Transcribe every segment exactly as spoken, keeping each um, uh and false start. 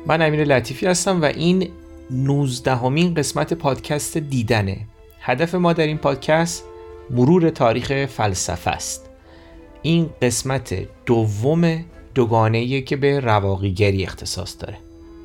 من امیر لطیفی هستم و این نوزدهمین قسمت پادکست دیدنه. هدف ما در این پادکست مرور تاریخ فلسفه است. این قسمت دوم دوگانه‌ایه که به رواقیگری اختصاص داره.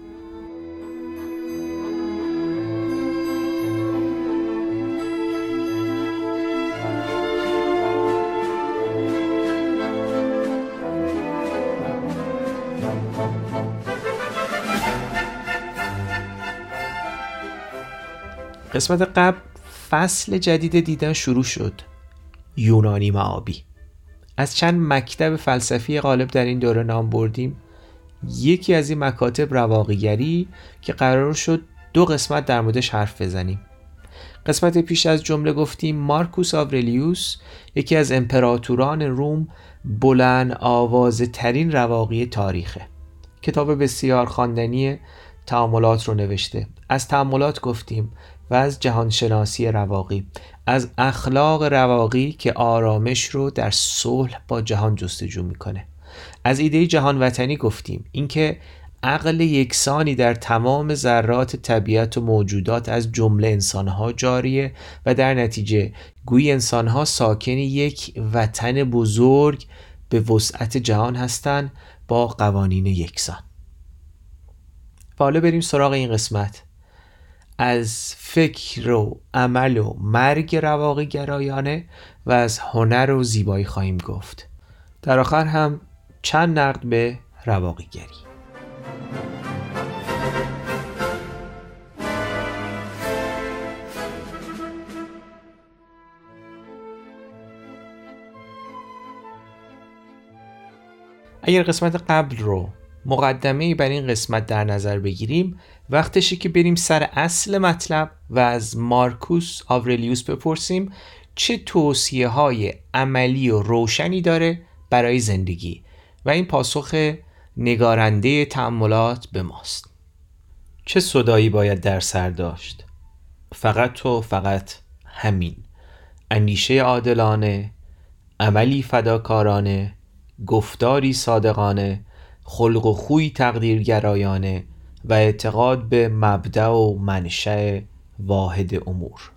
قسمت قبل فصل جدید دیدن شروع شد. یونانی معابی. از چند مکتب فلسفی غالب در این دوره نام بردیم. یکی از این مکاتب رواقیگری که قرار شد دو قسمت در موردش حرف بزنیم. قسمت پیش از جمله گفتیم مارکوس آورلیوس یکی از امپراتوران روم بلند آوازه ترین رواقی تاریخه. کتاب بسیار خواندنی تأملات رو نوشته. از تأملات گفتیم و از جهانشناسی رواقی، از اخلاق رواقی که آرامش رو در صلح با جهان جستجو میکنه. از ایده جهان وطنی گفتیم، اینکه عقل یکسانی در تمام ذرات طبیعت و موجودات از جمله انسانها جاریه و در نتیجه گویی انسانها ساکن یک وطن بزرگ به وسعت جهان هستند با قوانین یکسان. حالا بریم سراغ این قسمت. از فکر و عمل و مرگ رواقی گرایانه و از هنر و زیبایی خواهیم گفت. در آخر هم چند نقد به رواقی گری. اگر قسمت قبل رو مقدمه‌ای برای این قسمت در نظر بگیریم، وقتشه که بریم سر اصل مطلب و از مارکوس آورلیوس بپرسیم چه توصیه‌های عملی و روشنی داره برای زندگی و این پاسخ نگارنده تأملات به ماست. چه صدایی باید در سر داشت؟ فقط و فقط همین: اندیشه عادلانه، عملی فداکارانه، گفتاری صادقانه، خلق و خوی تقدیرگرایانه و اعتقاد به مبدأ و منشأ واحد امور.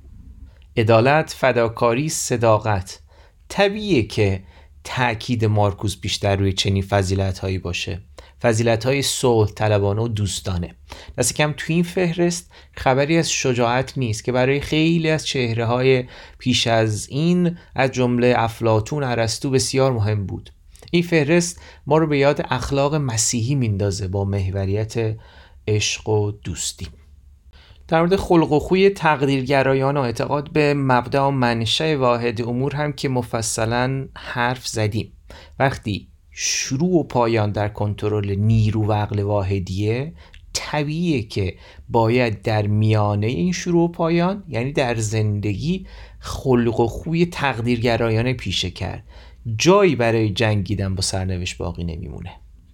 عدالت، فداکاری، صداقت. طبیعیه که تأکید مارکوس بیشتر روی چنین فضیلت‌هایی باشه. فضیلت‌های صلح طلبانه و دوستانه. دست کم تو این فهرست خبری از شجاعت نیست که برای خیلی از چهره‌های پیش از این از جمله افلاطون، ارسطو بسیار مهم بود. این فهرست ما رو به یاد اخلاق مسیحی میندازه با محوریت عشق و دوستی. در مورد خلق و خوی تقدیرگرایانه و اعتقاد به مبدأ و منشأ واحد امور هم که مفصلا حرف زدیم. وقتی شروع و پایان در کنترل نیرو و عقل واحدیه، طبیعیه که باید در میانه این شروع و پایان، یعنی در زندگی، خلق و خوی تقدیرگرایانه پیشه کرد. جایی برای جنگیدن با سرنوشت باقی نمیمونه.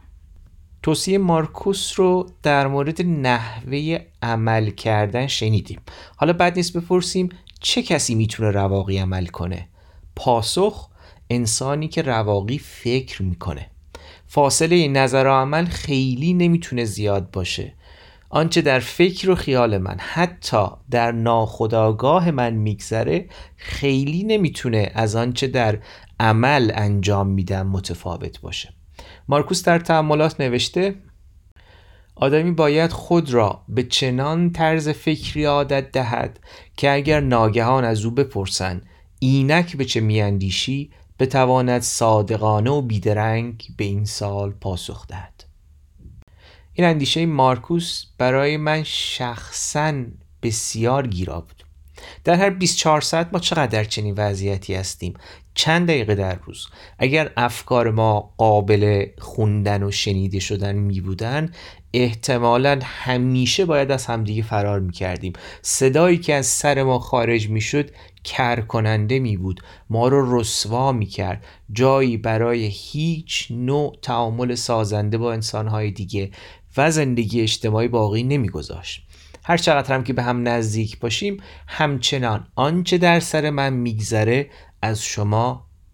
توصیه مارکوس رو در مورد نحوه عمل کردن شنیدیم. حالا بد نیست بپرسیم چه کسی میتونه رواقی عمل کنه؟ پاسخ: انسانی که رواقی فکر میکنه. فاصله نظر و عمل خیلی نمیتونه زیاد باشه. آنچه در فکر و خیال من، حتی در ناخودآگاه من میگذره، خیلی نمیتونه از آنچه در عمل انجام میدم متفاوت باشه. مارکوس در تأملات نوشته: آدمی باید خود را به چنان طرز فکری عادت دهد که اگر ناگهان از او بپرسند اینک به چه میاندیشی، بتواند صادقانه و بیدرنگ به این سوال پاسخ دهد. این اندیشه مارکوس برای من شخصاً بسیار گیرا بود. در هر بیست و چهار ساعت ما چقدر چنین وضعیتی هستیم؟ چند دقیقه در روز. اگر افکار ما قابل خوندن و شنیده شدن می بودن، احتمالاً همیشه باید از همدیگه فرار می کردیم. صدایی که از سر ما خارج می شد کر کننده می بود، ما رو رسوا می کرد، جایی برای هیچ نوع تعامل سازنده با انسانهای دیگه و زندگی اجتماعی باقی نمی گذاشت. هر چقدر هم که به هم نزدیک باشیم، همچنان آنچه در سر من میگذره از شما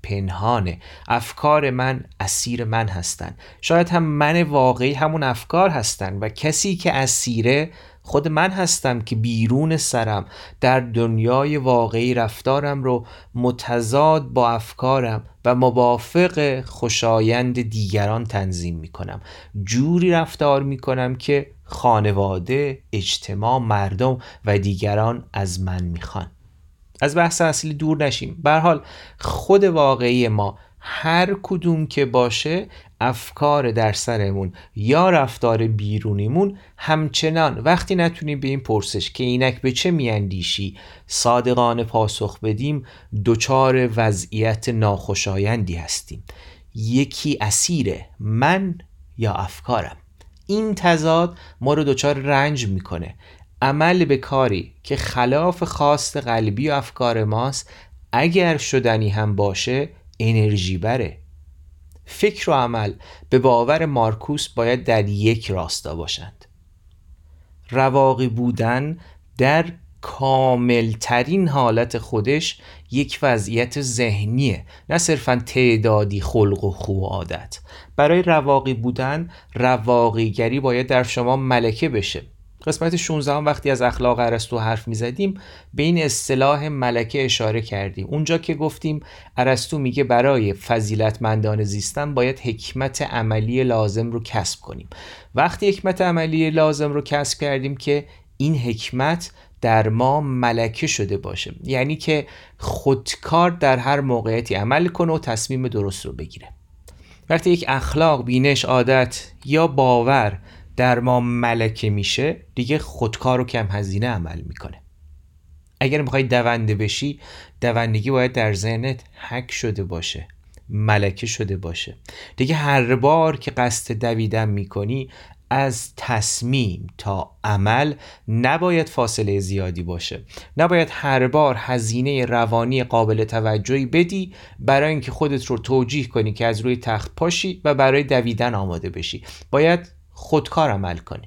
پنهانه. افکار من اسیر من هستن. شاید هم من واقعی همون افکار هستن و کسی که اسیره خود من هستم که بیرون سرم در دنیای واقعی رفتارم رو متضاد با افکارم و موافق خوشایند دیگران تنظیم میکنم. جوری رفتار میکنم که خانواده، اجتماع، مردم و دیگران از من میخوان. از بحث اصلی دور نشیم. به هر حال خود واقعی ما هر کدوم که باشه، افکار در سرمون یا رفتار بیرونیمون همچنان وقتی نتونیم به این پرسش که اینک به چه میاندیشی صادقانه پاسخ بدیم، دچار وضعیت ناخوشایندی هستیم. یکی اسیره، من یا افکارم. این تضاد ما رو دچار رنج میکنه. عمل به کاری که خلاف خواست قلبی و افکار ماست اگر شدنی هم باشه انرژی بره. فکر و عمل به باور مارکوس باید در یک راستا باشند. رواقی بودن در کامل ترین حالت خودش یک وضعیت ذهنیه، نه صرفاً تعدادی خلق و خو و عادت. برای رواقی بودن، رواقیگری باید در شما ملکه بشه. قسمت شانزده هم وقتی از اخلاق ارسطو حرف می زدیم به این اصطلاح ملکه اشاره کردیم. اونجا که گفتیم ارسطو میگه برای فضیلتمندانه زیستن باید حکمت عملی لازم رو کسب کنیم. وقتی حکمت عملی لازم رو کسب کردیم که این حکمت در ما ملکه شده باشه، یعنی که خودکار در هر موقعیتی عمل کنه و تصمیم درست رو بگیره. وقتی یک اخلاق، بینش، عادت یا باور در ما ملکه میشه، دیگه خودکار و کم هزینه عمل میکنه. اگر میخوای دونده بشی، دوندگی باید در ذهنت حک شده باشه، ملکه شده باشه. دیگه هر بار که قصد دویدن میکنی، از تصمیم تا عمل نباید فاصله زیادی باشه. نباید هر بار هزینه روانی قابل توجهی بدی برای اینکه خودت رو توجیه کنی که از روی تخت پاشی و برای دویدن آماده بشی. باید خودکار عمل کنی.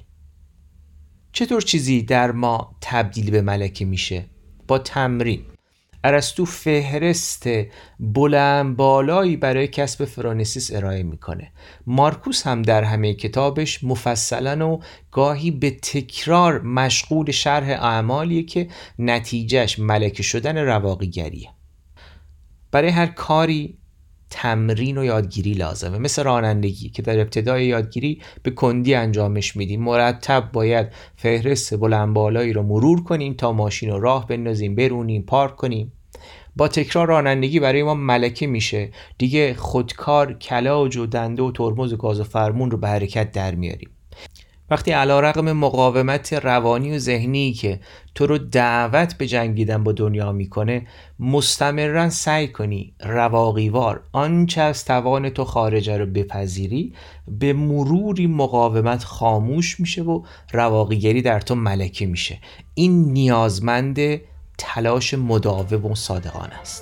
چطور چیزی در ما تبدیل به ملکه میشه؟ با تمرین. ارسطو فهرست بلند بالایی برای کسب فرانسیس ارائه میکنه. مارکوس هم در همه کتابش مفصلا و گاهی به تکرار مشغول شرح اعمالیه که نتیجهش ملکه شدن رواقیگریه. برای هر کاری تمرین و یادگیری لازمه. مثل رانندگی که در ابتدای یادگیری به کندی انجامش میدیم. مرتب باید فهرست بلند بالایی رو مرور کنیم تا ماشین رو راه بندازیم، برونیم، پارک کنیم. با تکرار رانندگی برای ما ملکه میشه. دیگه خودکار کلاج و دنده و ترمز و گاز و فرمون رو به حرکت در میاریم. وقتی علیرغم مقاومت روانی و ذهنی که تو رو دعوت به جنگیدن با دنیا میکنه، مستمرا سعی کنی رواقیوار آنچه از توان تو خارجه رو بپذیری، به مروری مقاومت خاموش میشه و رواقیگری در تو ملکه میشه. این نیازمند تلاش مداوم و صادقانه است.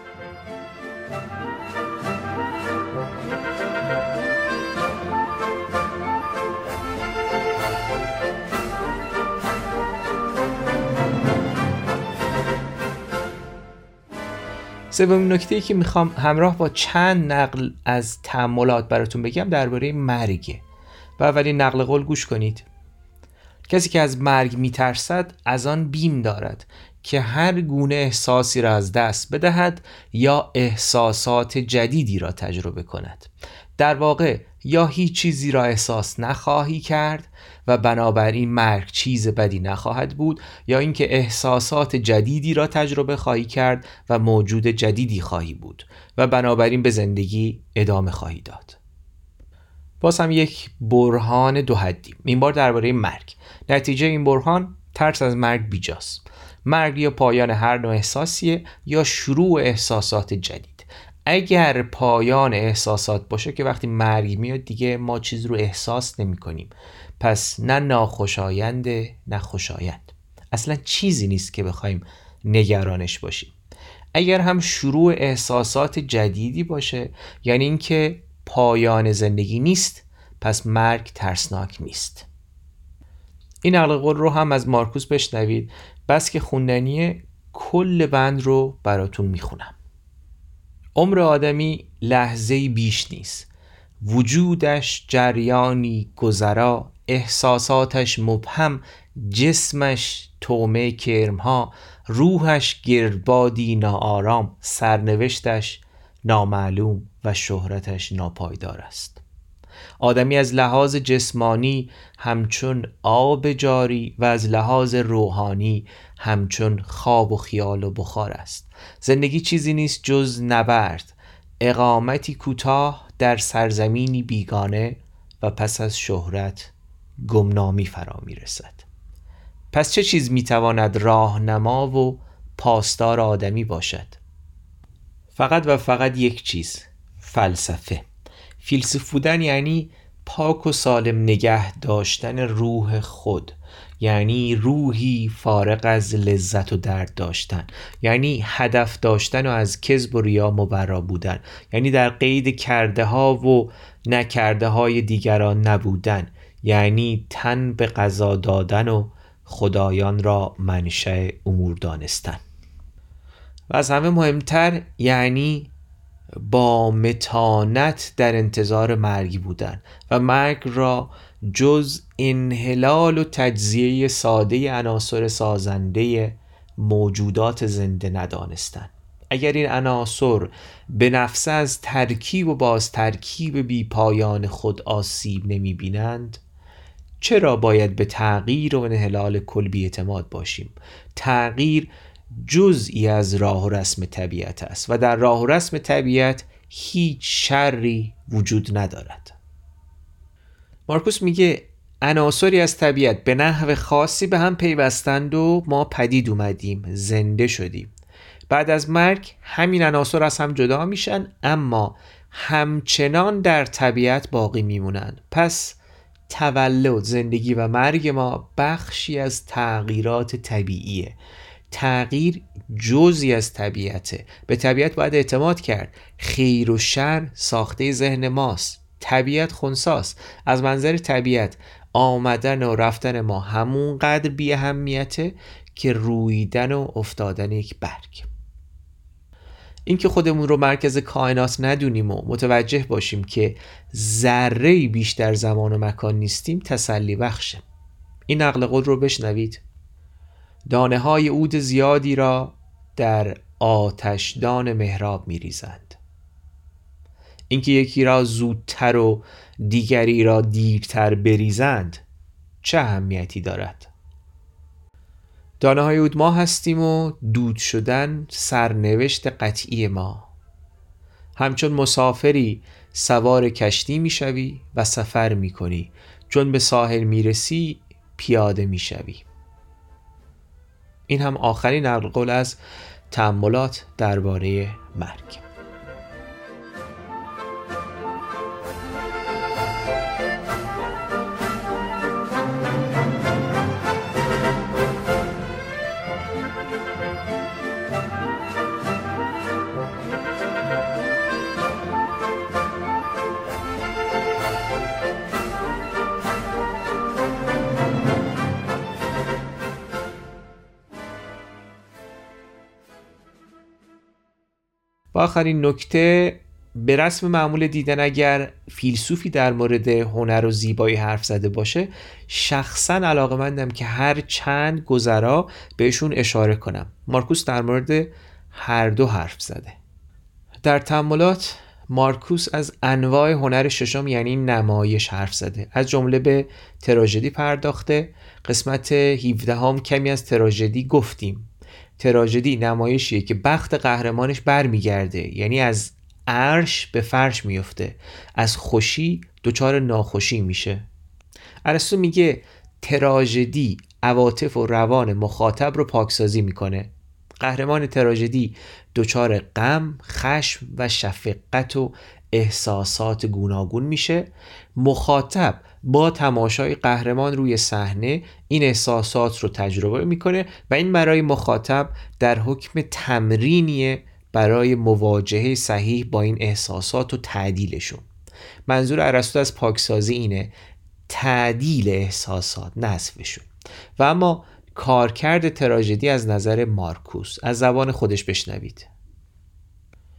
سومین نکته‌ای که میخوام همراه با چند نقل از تأملات براتون بگم درباره مرگه. و اولین نقل قول گوش کنید. کسی که از مرگ میترسد از آن بیم دارد که هر گونه احساسی را از دست بدهد یا احساسات جدیدی را تجربه کند. در واقع یا هیچ چیزی را احساس نخواهی کرد و بنابراین مرگ چیز بدی نخواهد بود، یا اینکه احساسات جدیدی را تجربه خواهی کرد و موجود جدیدی خواهی بود و بنابراین به زندگی ادامه خواهی داد. باز هم یک برهان دو حدی، این بار درباره مرگ. نتیجه این برهان ترس از مرگ بیجاست. مرگ یا پایان هر نوع احساسیه یا شروع احساسات جدید. اگر پایان احساسات باشه که وقتی مرگ میاد دیگه ما چیز رو احساس نمی کنیم. پس نه ناخوشاینده نه خوشایند. اصلا چیزی نیست که بخوایم نگرانش باشیم. اگر هم شروع احساسات جدیدی باشه، یعنی اینکه پایان زندگی نیست، پس مرگ ترسناک نیست. این نقل قول رو هم از مارکوس بشنوید. بس که خوندنیه، کل بند رو براتون میخونم. عمر آدمی لحظه‌ای بیش نیست، وجودش جریانی گذرا، احساساتش مبهم، جسمش طعمه کرمها، روحش گردبادی ناآرام، سرنوشتش نامعلوم و شهرتش ناپایدار است. آدمی از لحاظ جسمانی همچون آب جاری و از لحاظ روحانی همچون خواب و خیال و بخار است. زندگی چیزی نیست جز نبرد، اقامتی کوتاه در سرزمینی بیگانه و پس از شهرت گمنامی فرا می رسد. پس چه چیز می تواند راهنما و پاسدار آدمی باشد؟ فقط و فقط یک چیز: فلسفه. فیلسوف بودن یعنی پاک و سالم نگه داشتن روح خود، یعنی روحی فارغ از لذت و درد داشتن، یعنی هدف داشتن و از کذب و ریا مبرا بودن، یعنی در قید کرده ها و نکرده های دیگران نبودن، یعنی تن به قضا دادن و خدایان را منشأ امور دانستن. و از همه مهمتر یعنی با متانت در انتظار مرگ بودن و مرگ را جز انحلال و تجزیه ساده عناصر سازنده موجودات زنده ندانستن. اگر این عناصر به نفس از ترکیب و باز ترکیب بی پایان خود آسیب نمی بینند، چرا باید به تغییر و انحلال کل بی اعتماد باشیم؟ تغییر جزئی از راه و رسم طبیعت است و در راه و رسم طبیعت هیچ شری وجود ندارد. مارکوس میگه عناصری از طبیعت به نحو خاصی به هم پیوستند و ما پدید اومدیم، زنده شدیم. بعد از مرگ همین عناصر از هم جدا میشن اما همچنان در طبیعت باقی میمونن. پس تولد، زندگی و مرگ ما بخشی از تغییرات طبیعیه. تغییر جزئی از طبیعته. به طبیعت باید اعتماد کرد. خیر و شر ساخته ذهن ماست. طبیعت خنثیست. از منظر طبیعت آمدن و رفتن ما همون قدر بی اهمیته که رویدن و افتادن یک برگ. این که خودمون رو مرکز کائنات ندونیم و متوجه باشیم که ذره‌ای بیشتر زمان و مکان نیستیم تسلی بخشه. این نقل قول رو بشنوید: دانه های عود زیادی را در آتشدان محراب می ریزند. اینکه یکی را زودتر و دیگری را دیرتر بریزند چه اهمیتی دارد؟ دانه های عود ما هستیم و دود شدن سرنوشت قطعی ما. همچون مسافری سوار کشتی می شوی و سفر می کنی، چون به ساحل می رسی پیاده می شوی. این هم آخرین نقل قول از تأملات درباره مرگ. و آخرین نکته، به رسم معمول دیدن اگر فیلسوفی در مورد هنر و زیبایی حرف زده باشه، شخصا علاقه‌مندم که هر چند گذرا بهشون اشاره کنم. مارکوس در مورد هر دو حرف زده. در تأملات مارکوس از انواع هنر ششم یعنی نمایش حرف زده، از جمله به تراژدی پرداخته. قسمت هفدهم کمی از تراژدی گفتیم. تراژدی نمایشیه که بخت قهرمانش برمیگرده، یعنی از عرش به فرش میفته، از خوشی دچار ناخوشی میشه. ارسطو میگه تراژدی عواطف و روان مخاطب رو پاکسازی میکنه. قهرمان تراژدی دچار غم، خشم و شفقت و احساسات گوناگون میشه. مخاطب با تماشای قهرمان روی صحنه این احساسات رو تجربه میکنه و این برای مخاطب در حکم تمرینیه برای مواجهه صحیح با این احساسات و تعدیلشون. منظور ارسطو از پاکسازی اینه، تعدیل احساسات، نصفشون. و اما کارکرد تراژدی از نظر مارکوس، از زبان خودش بشنوید.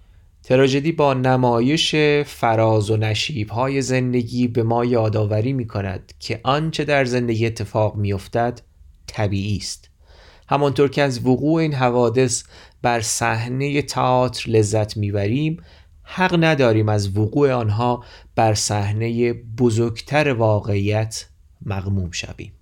تراژدی با نمایش فراز و نشیب‌های زندگی به ما یادآوری می‌کند که آنچه در زندگی اتفاق می‌افتد طبیعی است. همانطور که از وقوع این حوادث بر صحنه تئاتر لذت می‌بریم، حق نداریم از وقوع آنها بر صحنه بزرگتر واقعیت مغموم شویم.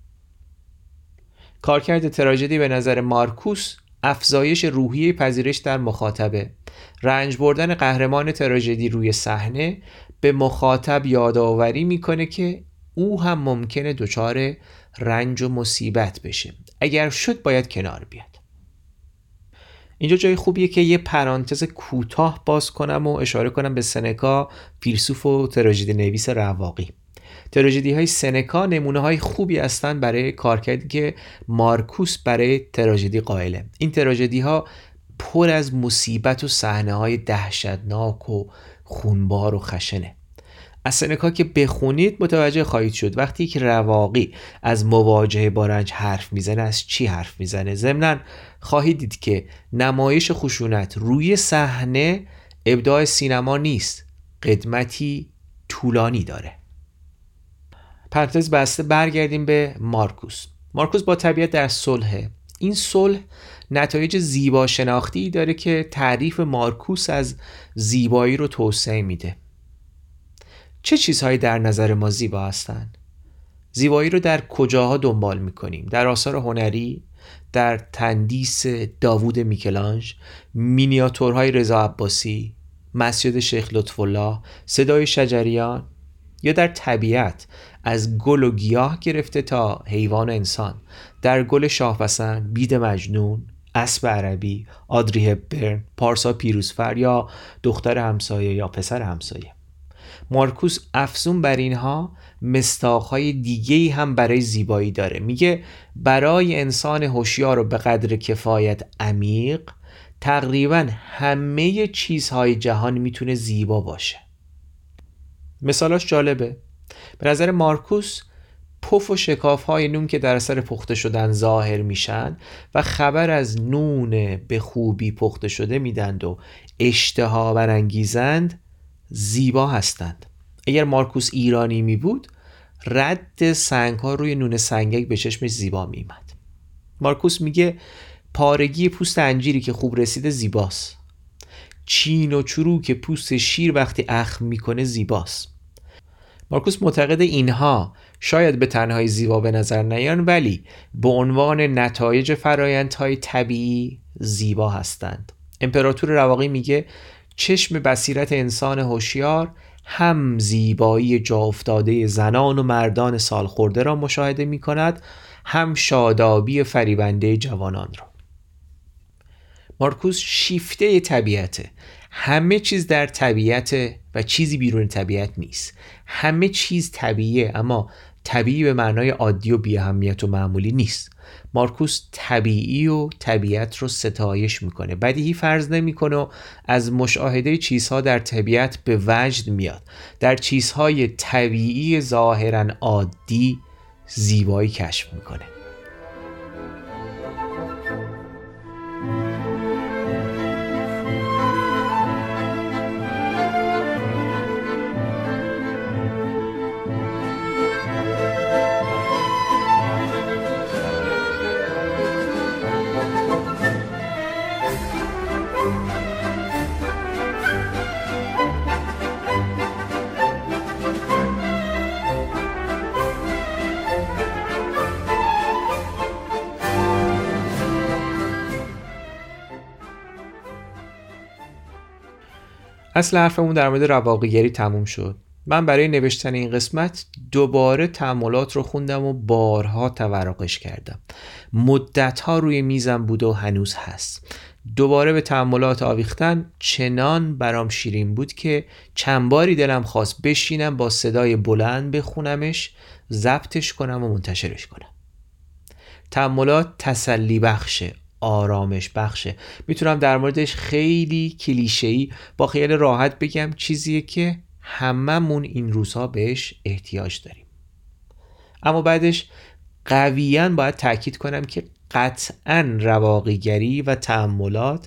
کارکرد تراژدی به نظر مارکوس افزایش روحیه پذیرش در مخاطبه. رنج بردن قهرمان تراژدی روی صحنه به مخاطب یادآوری میکنه که او هم ممکنه دچار رنج و مصیبت بشه. اگر شد باید کنار بیاد. اینجا جای خوبیه که یه پرانتز کوتاه باز کنم و اشاره کنم به سنکا، فیلسوف و تراژدی نویس رواقی. تراژدی های سنکا نمونه های خوبی هستن برای کارکردی که مارکوس برای تراژدی قائله. این تراژدی ها پر از مصیبت و صحنه های دهشتناک و خونبار و خشنه. از سنکا که بخونید متوجه خواهید شد وقتی که رواقی از مواجهه با رنج حرف میزنه از چی حرف میزنه. ضمناً خواهید دید که نمایش خشونت روی صحنه ابداع سینما نیست، قدمتی طولانی داره. پرانتز بسته برگردیم به مارکوس. مارکوس با طبیعت در صلح. این صلح نتایج زیبا شناختی داره که تعریف مارکوس از زیبایی رو توسعه میده. چه چیزهایی در نظر ما زیبا هستند؟ زیبایی رو در کجاها دنبال میکنیم؟ در آثار هنری، در تندیس داوود میکلانژ، مینیاتورهای رضا عباسی، مسجد شیخ لطف‌الله، صدای شجریان، یا در طبیعت از گل و گیاه گرفته تا حیوان و انسان، در گل شاهپسند، بید مجنون، اسب عربی، آدری هپبرن، پارسا پیروزفر یا دختر همسایه یا پسر همسایه. مارکوس افزون بر اینها مصداق‌های دیگه‌ای هم برای زیبایی داره. میگه برای انسان هوشیار و به قدر کفایت عمیق تقریباً همه چیزهای جهان میتونه زیبا باشه. مثالاش جالبه. به نظر مارکوس پف و شکاف‌های نون که در اثر پخته شدن ظاهر میشن و خبر از نون به خوبی پخته شده میدند و اشتها برانگیزند زیبا هستند. اگر مارکوس ایرانی می بود رد سنگ ها روی نون سنگک به چشمش زیبا می اومد. مارکوس میگه پارگی پوست انجیری که خوب رسیده زیباست. چین و چروک پوست شیر وقتی اخم میکنه زیباست. مارکوس معتقد اینها شاید به تنهایی زیبا به نظر نیان ولی به عنوان نتایج فرایندهای طبیعی زیبا هستند. امپراتور رواقی میگه چشم بصیرت انسان هوشیار هم زیبایی جا افتاده زنان و مردان سالخورده را مشاهده می کند، هم شادابی فریبنده جوانان را. مارکوس شیفته طبیعته. همه چیز در طبیعت و چیزی بیرون طبیعت نیست. همه چیز طبیعیه اما طبیعی به معنای عادی و بی اهمیت و معمولی نیست. مارکوس طبیعی و طبیعت رو ستایش میکنه، بدیهی فرض نمیکنه و از مشاهده چیزها در طبیعت به وجد میاد. در چیزهای طبیعی ظاهراً عادی زیبایی کشف میکنه. اصل حرفمون در مورد رواقیگری تموم شد. من برای نوشتن این قسمت دوباره تأملات رو خوندم و بارها تورقش کردم. مدتها روی میزم بود و هنوز هست. دوباره به تأملات آویختن چنان برام شیرین بود که چند باری دلم خواست بشینم با صدای بلند بخونمش، ضبطش کنم و منتشرش کنم. تأملات تسلی بخشه، آرامش بخشه. میتونم در موردش خیلی کلیشه‌ای با خیال راحت بگم چیزیه که هممون این روزها بهش احتیاج داریم. اما بعدش قویاً باید تأکید کنم که قطعاً رواقیگری و تأملات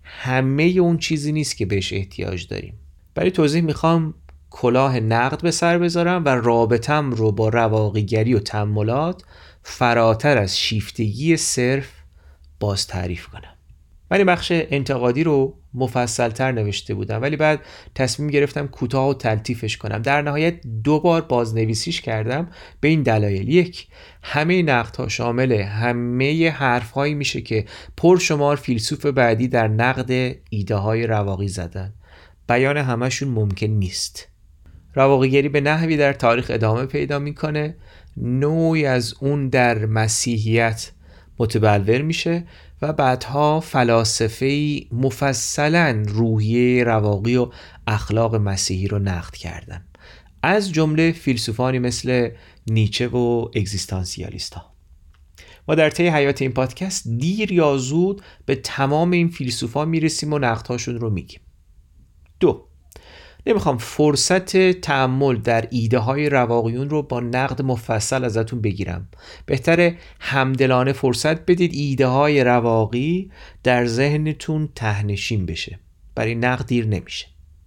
همه اون چیزی نیست که بهش احتیاج داریم. برای توضیح میخوام کلاه نقد به سر بذارم و رابطم رو با رواقیگری و تأملات فراتر از شیفتگی صرف باز تعریف کنم. من این بخش انتقادی رو مفصل‌تر نوشته بودم ولی بعد تصمیم گرفتم کوتاه و تلطیفش کنم. در نهایت دو بار بازنویسیش کردم به این دلایل: یک، همه نقدها شامل همه حرف‌هایی میشه که پرشمار فیلسوف بعدی در نقد ایده‌های رواقی زدن. بیان همشون ممکن نیست. رواقیگری به نحوی در تاریخ ادامه پیدا میکنه، نوعی از اون در مسیحیت متبلور میشه و بعدها فلاسفه‌ای مفصلاً روحیه رواقی و اخلاق مسیحی رو نقد کردن، از جمله فیلسوفانی مثل نیچه و اگزیستانسیالیست ها. ما در طی حیات این پادکست دیر یا زود به تمام این فیلسوفا میرسیم و نقدهاشون رو میگیم. دو، نمیخوام فرصت تأمل در ایده های رواقیون رو با نقد مفصل ازتون بگیرم. بهتره همدلانه فرصت بدید ایده های رواقی در ذهنتون تهنشین بشه. برای نقد دیر نمیشه.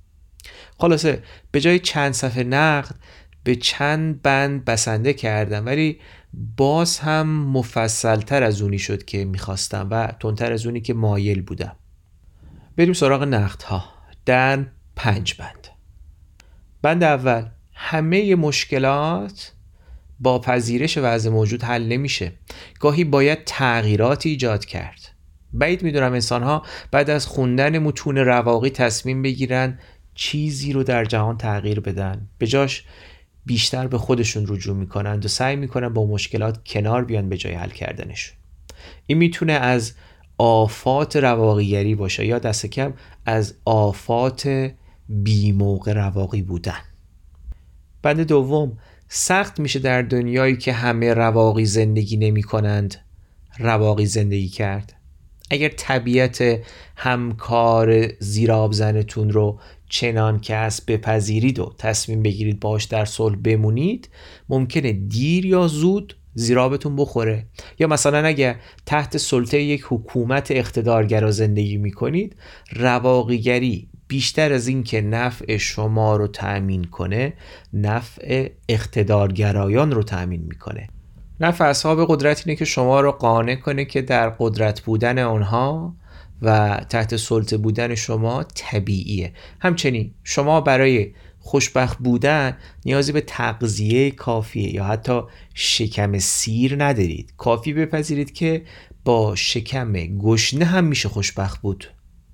خلاصه به جای چند صفحه نقد به چند بند بسنده کردم، ولی باز هم مفصل تر از اونی شد که میخواستم و تندتر از اونی که مایل بودم. بریم سراغ نقدها در پنج بند. بند اول: همه مشکلات با پذیرش وضع موجود حل نمیشه. گاهی باید تغییرات ایجاد کرد. بعید میدونم انسان‌ها بعد از خوندن متون رواقی تصمیم بگیرن چیزی رو در جهان تغییر بدن. به جاش بیشتر به خودشون رجوع میکنند و سعی میکنن با مشکلات کنار بیان به جای حل کردنشون. این میتونه از آفات رواقیگری باشه یا دست کم از آفات بی موقع رواقی بودن. بند دوم: سخت میشه در دنیایی که همه رواقی زندگی نمی کنند رواقی زندگی کرد. اگر طبیعت همکار زیرآب زنتون رو چنان که هست بپذیرید و تصمیم بگیرید باش در صلح بمونید، ممکنه دیر یا زود زیرآبتون بخوره. یا مثلا اگه تحت سلطه یک حکومت اقتدارگرا زندگی میکنید، رواقیگری بیشتر از این که نفع شما رو تأمین کنه، نفع اقتدارگرایان رو تأمین میکنه. نفع اصحاب قدرت اینه که شما رو قانع کنه که در قدرت بودن اونها و تحت سلطه بودن شما طبیعیه. همچنین شما برای خوشبخت بودن نیازی به تغذیه کافیه یا حتی شکم سیر ندارید. کافی بپذیرید که با شکم گشنه هم میشه خوشبخت بود.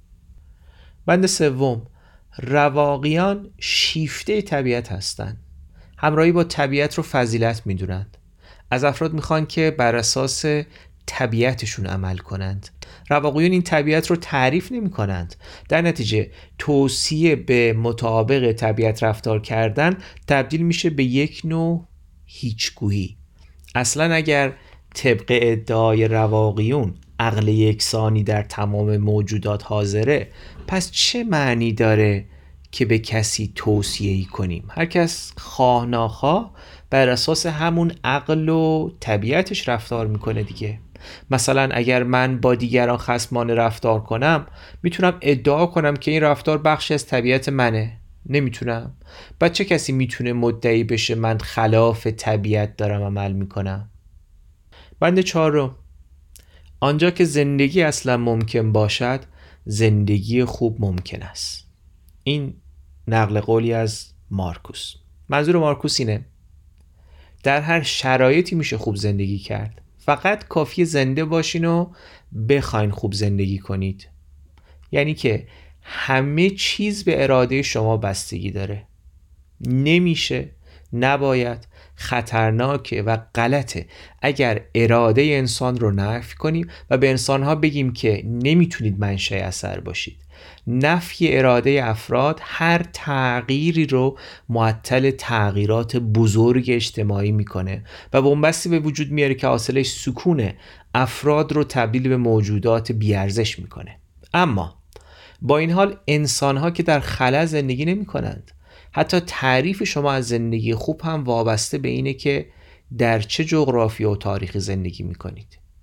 بند سوم: رواقیان شیفته طبیعت هستند. همراهی با طبیعت رو فضیلت میدونند. از افراد میخوان که بر اساس طبیعتشون عمل کنند. رواقیون این طبیعت رو تعریف نمی کنند. در نتیجه توصیه به مطابق طبیعت رفتار کردن تبدیل میشه به یک نوع هیچگویی. اصلا اگر طبق ادعای رواقیون عقل یکسانی در تمام موجودات حاضره، پس چه معنی داره که به کسی توصیه‌ای کنیم؟ هر کس خواه ناخواه بر اساس همون عقل و طبیعتش رفتار میکنه دیگه. مثلا اگر من با دیگران خصمانه رفتار کنم، میتونم ادعا کنم که این رفتار بخشی از طبیعت منه. نمیتونم. بعد چه کسی میتونه مدعی بشه من خلاف طبیعت دارم عمل میکنم؟ بند چهارم: آنجا که زندگی اصلا ممکن باشد، زندگی خوب ممکن است. این نقل قولی از مارکوس. منظور مارکوس اینه: در هر شرایطی میشه خوب زندگی کرد. فقط کافیه زنده باشین و بخواین خوب زندگی کنید. یعنی که همه چیز به اراده شما بستگی داره. نمیشه، نباید، خطرناکه و غلطه اگر اراده انسان رو نفی کنیم و به انسانها بگیم که نمیتونید منشأ اثر باشید. نفی اراده افراد هر تغییری رو معطل تغییرات بزرگ اجتماعی میکنه و بنبستی به وجود میاره که حاصلش سکونه افراد رو تبدیل به موجودات بیارزش میکنه. اما با این حال انسانها که در خلا زندگی نمی کنند. حتی تعریف شما از زندگی خوب هم وابسته به اینه که در چه جغرافی و تاریخی زندگی می کنید.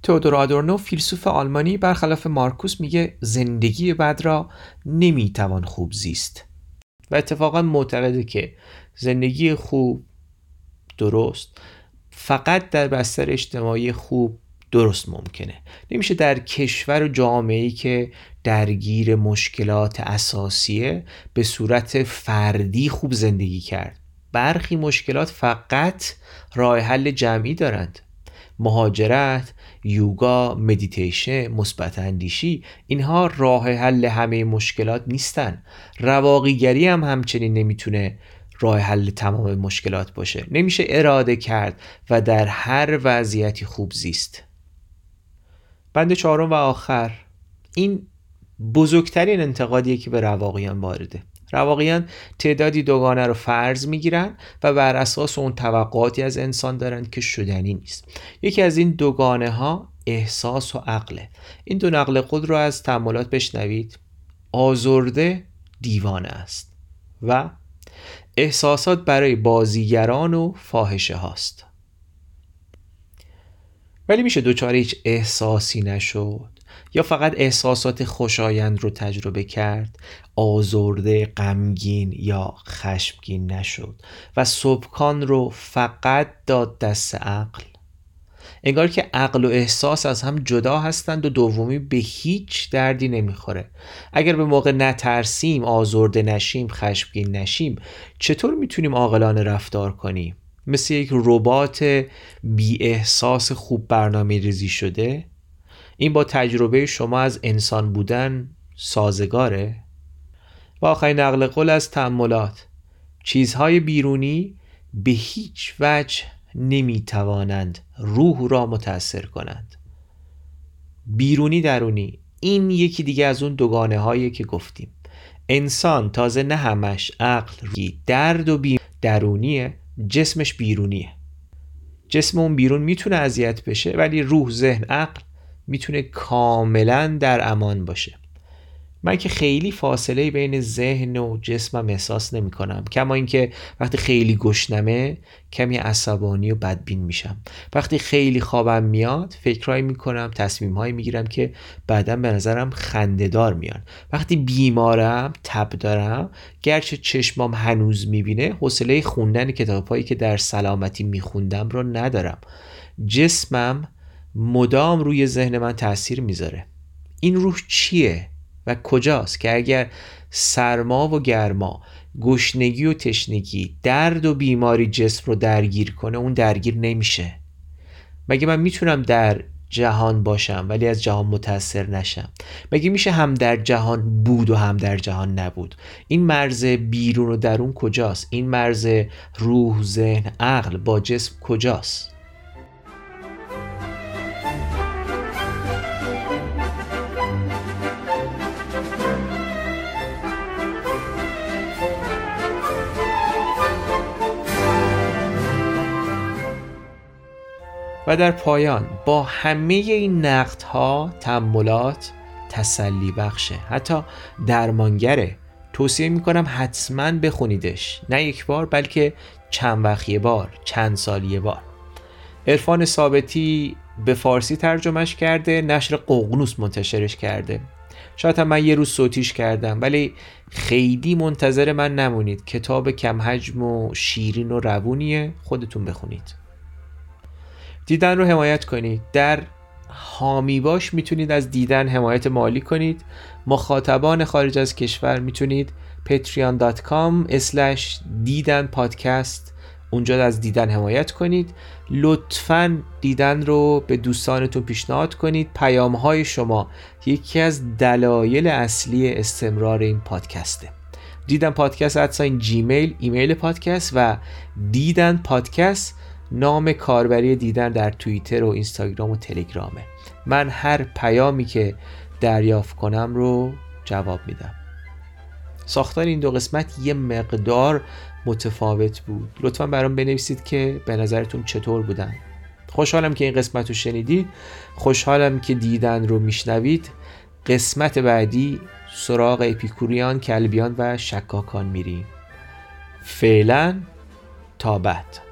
تئودور آدورنو فیلسوف آلمانی برخلاف مارکوس میگه زندگی بد را نمیتوان خوب زیست و اتفاقا معتقده که زندگی خوب درست فقط در بستر اجتماعی خوب درست ممکنه. نمیشه در کشور و جامعه‌ای که درگیر مشکلات اساسیه به صورت فردی خوب زندگی کرد. برخی مشکلات فقط راه حل جمعی دارند. مهاجرت، یوگا، مدیتیشن، مثبت اندیشی، اینها راه حل همه مشکلات نیستن. رواقیگری هم همچنین نمیتونه راه حل تمام مشکلات باشه. نمیشه اراده کرد و در هر وضعیتی خوب زیست. بند چهارم و آخر، این بزرگترین انتقادیه که به رواقیان وارده. رواقیان تعدادی دوگانه رو فرض میگیرن و بر اساس اون توقعاتی از انسان دارن که شدنی نیست. یکی از این دوگانه ها احساس و عقله. این دو نقل قول رو از تأملات بشنوید. آزرده دیوانه است و احساسات برای بازیگران و فاحشه هاست. ولی میشه دوچاره هیچ احساسی نشد یا فقط احساسات خوشایند رو تجربه کرد، آزرده، غمگین یا خشمگین نشد و سبکان رو فقط داد دست عقل. انگار که عقل و احساس از هم جدا هستند و دومی به هیچ دردی نمیخوره. اگر به موقع نترسیم، آزرده نشیم، خشمگین نشیم، چطور میتونیم عاقلانه رفتار کنیم؟ مثل یک ربات بی احساس خوب برنامه ریزی شده؟ این با تجربه شما از انسان بودن سازگاره؟ و آخرین نقل قول از تأملات: چیزهای بیرونی به هیچ وجه نمیتوانند روح را متأثر کنند. بیرونی درونی، این یکی دیگه از اون دوگانه هایی که گفتیم. انسان تازه نه همش عقل، درد و بی درونیه، جسمش بیرونیه. جسم اون بیرون میتونه اذیت بشه ولی روح، ذهن، عقل میتونه کاملا در امان باشه. من که خیلی فاصله بین ذهن و جسمم احساس نمی کنم، کما اینکه وقتی خیلی گشنمه کمی عصبانی و بدبین میشم. وقتی خیلی خوابم میاد فکرایی میکنم، تصمیمهایی میگیرم که بعداً به نظرم خنده‌دار میان. وقتی بیمارم، تب دارم، گرچه چشمام هنوز میبینه، حوصله خوندن کتابایی که در سلامتی میخوندم رو ندارم. جسمم مدام روی ذهن من تأثیر میذاره. این روح چیه و کجاست که اگر سرما و گرما، گشنگی و تشنگی، درد و بیماری جسم رو درگیر کنه، اون درگیر نمیشه؟ مگه من میتونم در جهان باشم ولی از جهان متأثر نشم؟ مگه میشه هم در جهان بود و هم در جهان نبود؟ این مرز بیرون و درون کجاست؟ این مرز روح، ذهن، عقل با جسم کجاست؟ و در پایان با همه این نقدها تأملات تسلی بخشه، حتی درمانگره. توصیه میکنم حتما بخونیدش، نه یک بار بلکه چند وقت یه بار، چند سال یه بار. عرفان ثابتی به فارسی ترجمهش کرده، نشر ققنوس منتشرش کرده. شاید هم من یه روز صوتیش کردم، ولی خیلی منتظر من نمونید. کتاب کم حجم و شیرین و روونیه، خودتون بخونید. دیدن رو حمایت کنید. در حامی باش میتونید از دیدن حمایت مالی کنید. مخاطبان خارج از کشور میتونید patreon dot com slash دیدن پادکست اونجا از دیدن حمایت کنید. لطفاً دیدن رو به دوستانتون پیشنهاد کنید. پیام‌های شما یکی از دلایل اصلی استمرار این پادکسته. دیدن پادکست ادساین جیمیل ایمیل پادکست و دیدن پادکست نام کاربری دیدن در توییتر و اینستاگرام و تلگرامه. من هر پیامی که دریافت کنم رو جواب میدم. ساختار این دو قسمت یه مقدار متفاوت بود. لطفاً برام بنویسید که به نظرتون چطور بودن. خوشحالم که این قسمت رو شنیدید. خوشحالم که دیدن رو میشنوید. قسمت بعدی سراغ اپیکوریان، کلبیان و شکاکان میریم. فعلا تا بعد.